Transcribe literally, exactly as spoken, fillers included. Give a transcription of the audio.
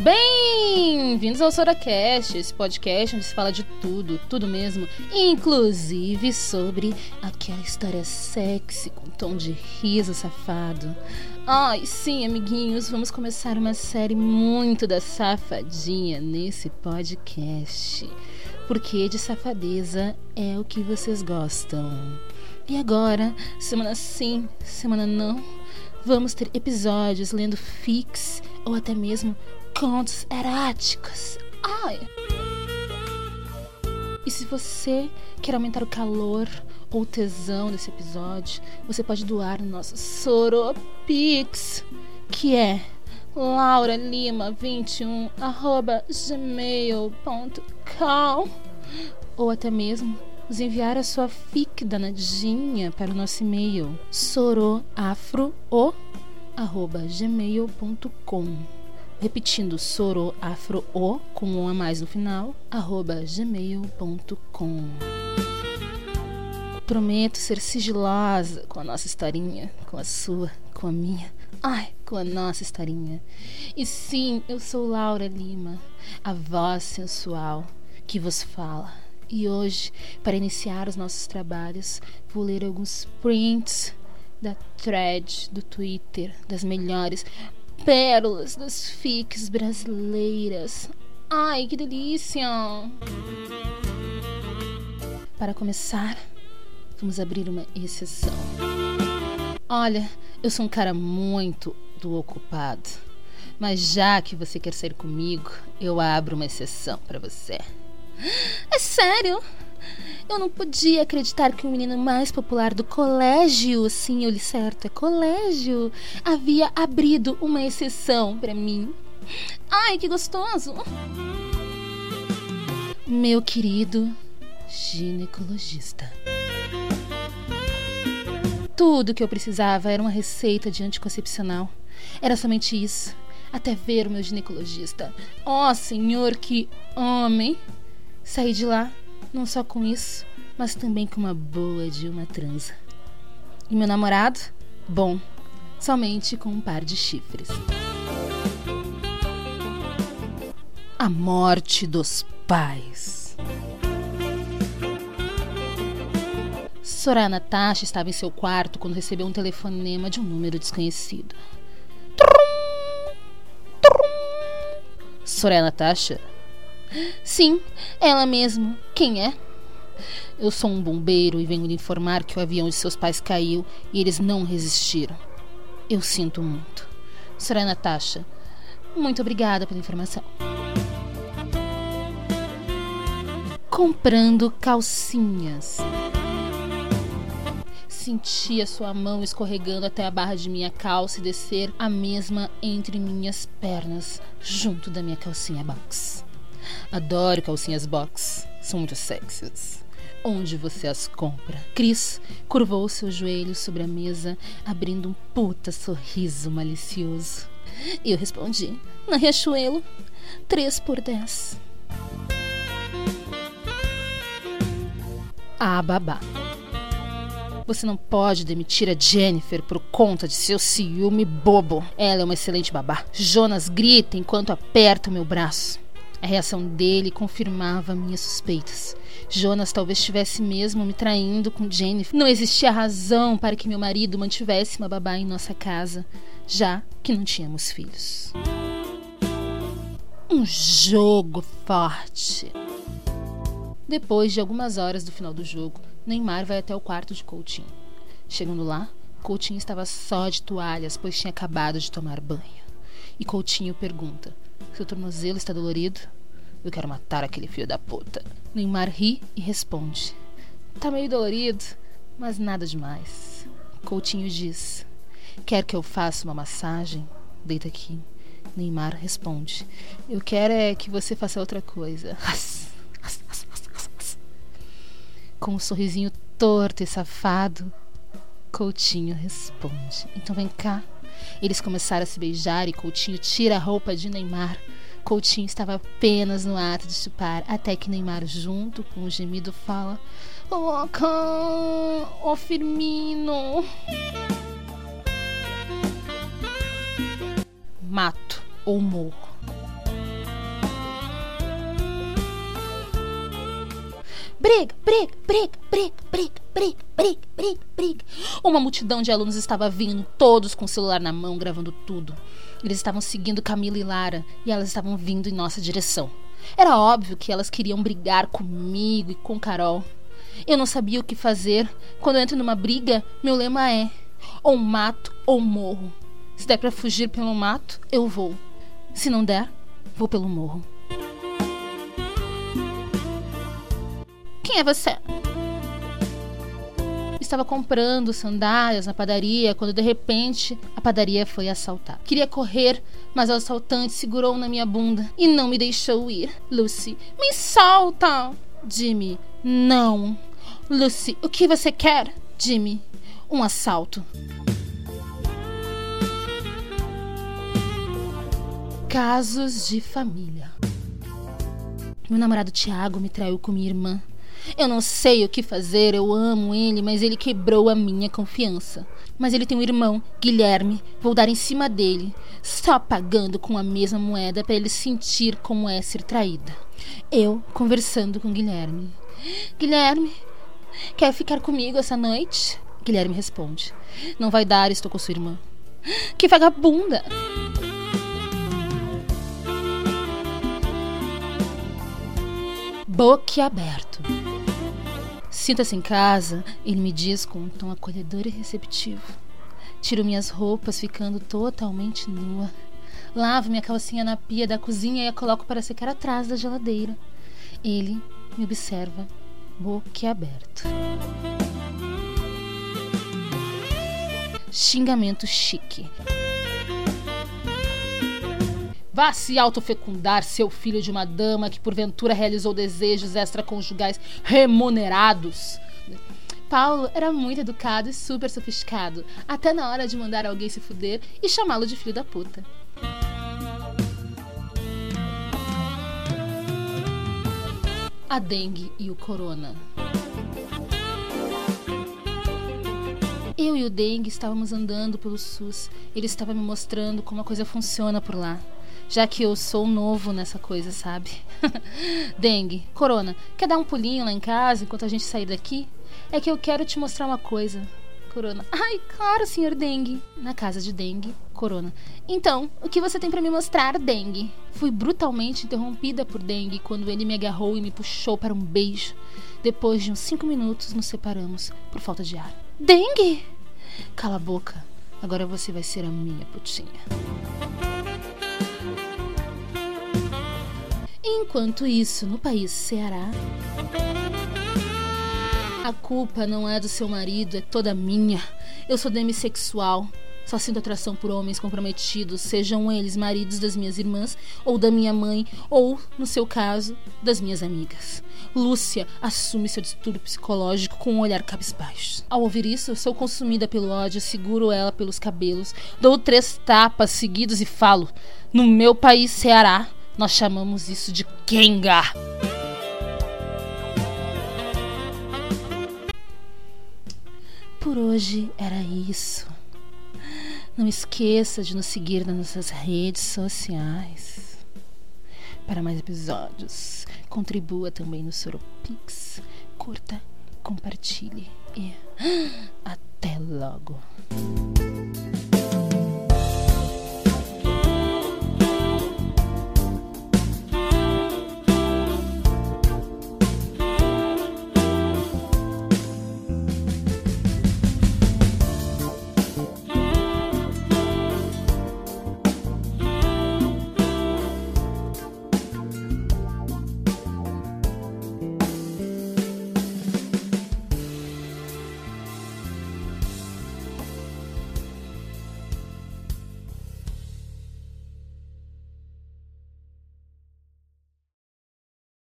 Bem-vindos ao SoraCast, esse podcast onde se fala de tudo, tudo mesmo, inclusive sobre aquela história sexy com tom de riso safado. Ai, sim, amiguinhos, vamos começar uma série muito da safadinha nesse podcast, porque de safadeza é o que vocês gostam. E agora, semana sim, semana não, vamos ter episódios lendo fics ou até mesmo contos eróticos. Ai! E se você quer aumentar o calor ou o tesão desse episódio, você pode doar no nosso Soropix, que é laura lima vinte e um arroba gmail ponto com, ou até mesmo nos enviar a sua fic danadinha para o nosso e-mail soroafro arroba gmail ponto com. Repetindo, soroafro com um a mais no final, arroba gmail ponto com. Prometo ser sigilosa com a nossa historinha, com a sua, com a minha, ai, com a nossa historinha. E sim, eu sou Laura Lima, a voz sensual que vos fala. E hoje, para iniciar os nossos trabalhos, vou ler alguns prints da thread do Twitter, das melhores pérolas das fics brasileiras. Ai, que delícia! Para começar, vamos abrir uma exceção. Olha, eu sou um cara muito do ocupado, mas já que você quer sair comigo, eu abro uma exceção para você. É sério? Eu não podia acreditar que o menino mais popular do colégio, sim, eu li certo, é colégio, havia abrido uma exceção pra mim. Ai, que gostoso! Meu querido ginecologista. Tudo que eu precisava era uma receita de anticoncepcional. Era somente isso, até ver o meu ginecologista. Oh, senhor, que homem! Saí de lá não só com isso, mas também com uma boa de uma transa. E meu namorado? Bom, somente com um par de chifres. A morte dos pais. Soraya Natasha estava em seu quarto quando recebeu um telefonema de um número desconhecido. Trum, trum. Soraya Natasha? Sim, ela mesmo. Quem é? Eu sou um bombeiro e venho lhe informar que o avião de seus pais caiu e eles não resistiram. Eu sinto muito. Soraya Natasha, muito obrigada pela informação. Comprando calcinhas. Senti a sua mão escorregando até a barra de minha calça e descer a mesma entre minhas pernas, junto da minha calcinha box. Adoro calcinhas box, são muito sexys. Onde você as compra? Cris curvou seu joelho sobre a mesa, abrindo um puta sorriso malicioso. Eu respondi, na Riachuelo, três por dez. Ah, babá. Você não pode demitir a Jennifer por conta de seu ciúme bobo. Ela é uma excelente babá. Jonas grita enquanto aperta o meu braço. A reação dele confirmava minhas suspeitas. Jonas talvez estivesse mesmo me traindo com Jennifer. Não existia razão para que meu marido mantivesse uma babá em nossa casa, já que não tínhamos filhos. Um jogo forte. Depois de algumas horas do final do jogo, Neymar vai até o quarto de Coutinho. Chegando lá, Coutinho estava só de toalhas, pois tinha acabado de tomar banho. E Coutinho pergunta: seu tornozelo está dolorido? Eu quero matar aquele filho da puta. Neymar ri e responde: tá meio dolorido, mas nada demais. Coutinho diz: quer que eu faça uma massagem? Deita aqui. Neymar responde: eu quero é que você faça outra coisa. Com um sorrisinho torto e safado, Coutinho responde: então vem cá. Eles começaram a se beijar e Coutinho tira a roupa de Neymar. Coutinho estava apenas no ato de chupar, até que Neymar, junto com um gemido, fala: "Ô, Cão, ô Firmino." Mato ou morro. briga, briga, briga, briga, briga, briga, briga, briga, briga. Uma multidão de alunos estava vindo, todos com o celular na mão, gravando tudo. Eles estavam seguindo Camila e Lara e elas estavam vindo em nossa direção. Era óbvio que elas queriam brigar comigo e com Carol. Eu não sabia o que fazer. Quando eu entro numa briga, meu lema é: ou mato ou morro. Se der pra fugir pelo mato, eu vou. Se não der, vou pelo morro. Quem é você? Estava comprando sandálias na padaria quando de repente a padaria foi assaltada. Queria correr, mas o assaltante segurou na minha bunda e não me deixou ir. Lucy, me solta! Jimmy, não. Lucy, o que você quer? Jimmy, um assalto. Casos de família. Meu namorado Thiago me traiu com minha irmã. Eu não sei o que fazer, eu amo ele, mas ele quebrou a minha confiança. Mas ele tem um irmão, Guilherme, vou dar em cima dele, só pagando com a mesma moeda para ele sentir como é ser traída. Eu conversando com Guilherme. Guilherme, quer ficar comigo essa noite? Guilherme responde: não vai dar, estou com sua irmã. Que vagabunda! Boquiaberto. Sinta-se em casa, ele me diz com um tom acolhedor e receptivo. Tiro minhas roupas, ficando totalmente nua. Lavo minha calcinha na pia da cozinha e a coloco para secar atrás da geladeira. Ele me observa, boquiaberto. Xingamento chique. Vá se autofecundar, seu filho de uma dama que porventura realizou desejos extraconjugais remunerados. Paulo era muito educado e super sofisticado, até na hora de mandar alguém se fuder e chamá-lo de filho da puta. A dengue e o corona. Eu e o dengue estávamos andando pelo SUS. Ele estava me mostrando como a coisa funciona por lá. Já que eu sou novo nessa coisa, sabe? Dengue, corona, quer dar um pulinho lá em casa enquanto a gente sair daqui? É que eu quero te mostrar uma coisa. Corona. Ai, claro, senhor Dengue. Na casa de dengue, corona. Então, o que você tem pra me mostrar, dengue? Fui brutalmente interrompida por dengue quando ele me agarrou e me puxou para um beijo. Depois de uns cinco minutos, nos separamos por falta de ar. Dengue! Cala a boca. Agora você vai ser a minha putinha. Enquanto isso, no país Ceará, a culpa não é do seu marido, é toda minha. Eu sou demissexual. Só sinto atração por homens comprometidos, sejam eles maridos das minhas irmãs, ou da minha mãe, ou, no seu caso, das minhas amigas. Lúcia assume seu distúrbio psicológico com um olhar cabisbaixo. Ao ouvir isso, sou consumida pelo ódio, seguro ela pelos cabelos, dou três tapas seguidos e falo: no meu país, Ceará, nós chamamos isso de quenga. Por hoje era isso. Não esqueça de nos seguir nas nossas redes sociais. Para mais episódios, contribua também no Soropix. Curta, compartilhe e até logo.